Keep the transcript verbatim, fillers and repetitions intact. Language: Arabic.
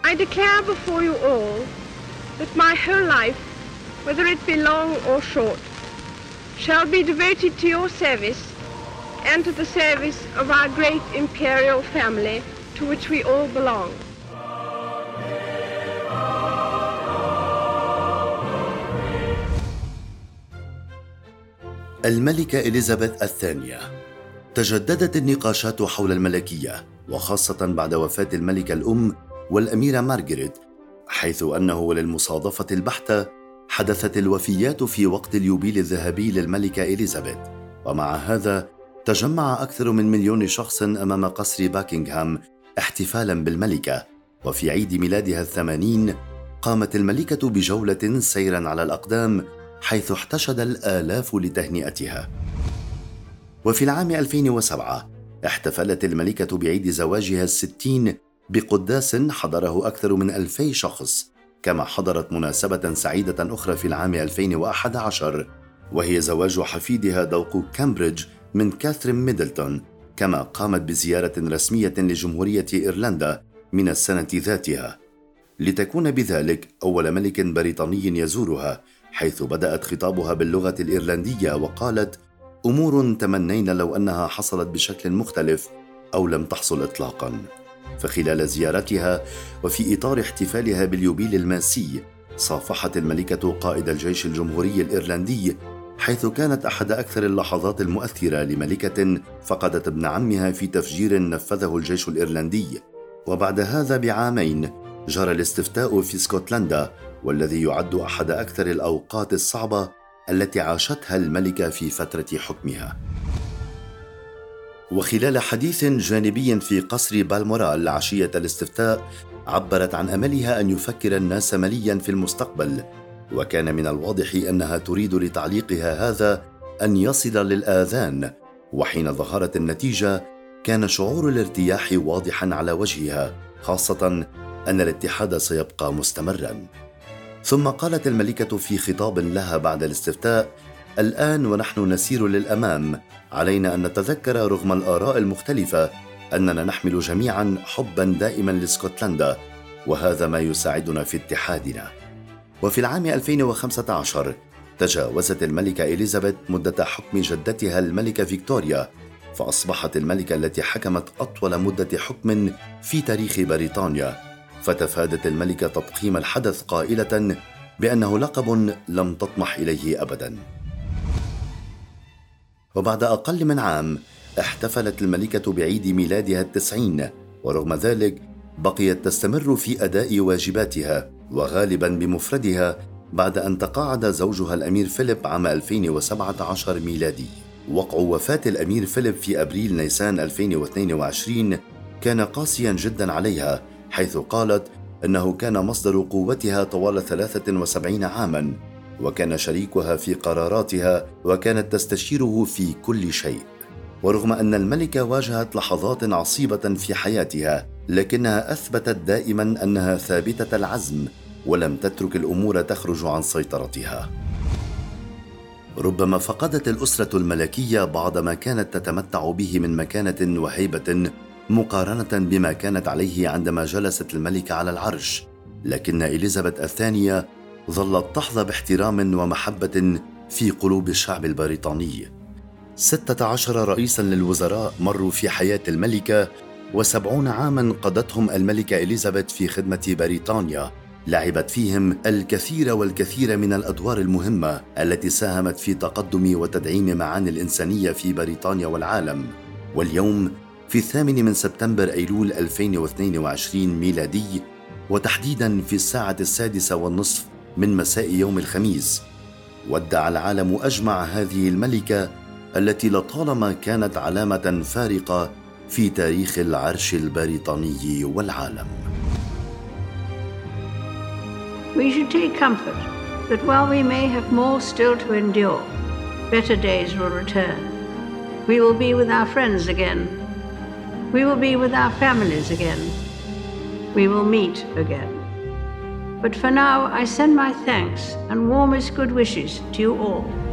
I declare before you all that my whole life, whether it be long or short, shall be devoted to your service and to the service of our great imperial family to which we all belong. الملكة إليزابيث الثانية. تجددت النقاشات حول الملكية، وخاصة بعد وفاة الملكة الأم والأميرة مارغريت، حيث أنه للمصادفة البحتة حدثت الوفيات في وقت اليوبيل الذهبي للملكة إليزابيث. ومع هذا تجمع أكثر من مليون شخص أمام قصر باكنغهام احتفالاً بالملكة. وفي عيد ميلادها الثمانين قامت الملكة بجولة سيراً على الأقدام، حيث احتشد الآلاف لتهنئتها. وفي العام ألفين وسبعة احتفلت الملكة بعيد زواجها الستين بقداس حضره أكثر من ألفي شخص، كما حضرت مناسبة سعيدة أخرى في العام ألفين وأحد عشر، وهي زواج حفيدها دوق كامبريدج من كاثرين ميدلتون، كما قامت بزيارة رسمية لجمهورية إيرلندا من السنة ذاتها، لتكون بذلك أول ملك بريطاني يزورها، حيث بدأت خطابها باللغة الإيرلندية وقالت: أمور تمنينا لو أنها حصلت بشكل مختلف أو لم تحصل إطلاقاً. فخلال زيارتها وفي إطار احتفالها باليوبيل الماسي، صافحت الملكة قائد الجيش الجمهوري الإيرلندي، حيث كانت أحد أكثر اللحظات المؤثرة لملكة فقدت ابن عمها في تفجير نفذه الجيش الإيرلندي. وبعد هذا بعامين جرى الاستفتاء في اسكتلندا، والذي يعد أحد أكثر الأوقات الصعبة التي عاشتها الملكة في فترة حكمها. وخلال حديث جانبي في قصر بالمورال عشية الاستفتاء، عبرت عن أملها أن يفكر الناس مليا في المستقبل، وكان من الواضح أنها تريد لتعليقها هذا أن يصل للآذان. وحين ظهرت النتيجة كان شعور الارتياح واضحا على وجهها، خاصة أن الاتحاد سيبقى مستمرا. ثم قالت الملكة في خطاب لها بعد الاستفتاء: الآن ونحن نسير للأمام، علينا أن نتذكر رغم الآراء المختلفة أننا نحمل جميعا حبا دائما لاسكتلندا، وهذا ما يساعدنا في اتحادنا. وفي العام ألفين وخمسة عشر تجاوزت الملكة إليزابيث مدة حكم جدتها الملكة فيكتوريا، فأصبحت الملكة التي حكمت أطول مدة حكم في تاريخ بريطانيا. فتفادت الملكة تضخيم الحدث قائلة بأنه لقب لم تطمح إليه أبدا. وبعد أقل من عام احتفلت الملكة بعيد ميلادها التسعين، ورغم ذلك بقيت تستمر في أداء واجباتها، وغالبا بمفردها، بعد أن تقاعد زوجها الأمير فيليب عام ألفين وسبعة عشر ميلادي. وقع وفاة الأمير فيليب في أبريل نيسان ألفين واثنين وعشرين كان قاسيا جدا عليها، حيث قالت أنه كان مصدر قوتها طوال ثلاثة وسبعين عاما، وكان شريكها في قراراتها، وكانت تستشيره في كل شيء. ورغم أن الملكة واجهت لحظات عصيبة في حياتها، لكنها أثبتت دائما أنها ثابتة العزم، ولم تترك الأمور تخرج عن سيطرتها. ربما فقدت الأسرة الملكية بعض ما كانت تتمتع به من مكانة وهيبة مقارنة بما كانت عليه عندما جلست الملكة على العرش، لكن إليزابيث الثانية ظلت تحظى باحترام ومحبة في قلوب الشعب البريطاني. ستة عشر رئيسا للوزراء مروا في حياة الملكة، وسبعون عاما قضتهم الملكة إليزابيث في خدمة بريطانيا، لعبت فيهم الكثير والكثير من الأدوار المهمة التي ساهمت في تقدم وتدعيم معاني الإنسانية في بريطانيا والعالم. واليوم في الثامن من سبتمبر أيلول ألفين واثنين وعشرين ميلادي، وتحديدا في الساعة السادسة والنصف من مساء يوم الخميس، ودع العالم أجمع هذه الملكة التي لطالما كانت علامة فارقة في تاريخ العرش البريطاني والعالم. We should take comfort that while we may have more still to endure, better days will return. We will be with our friends again. We will be with our families again. We will meet again. But for now, I send my thanks and warmest good wishes to you all.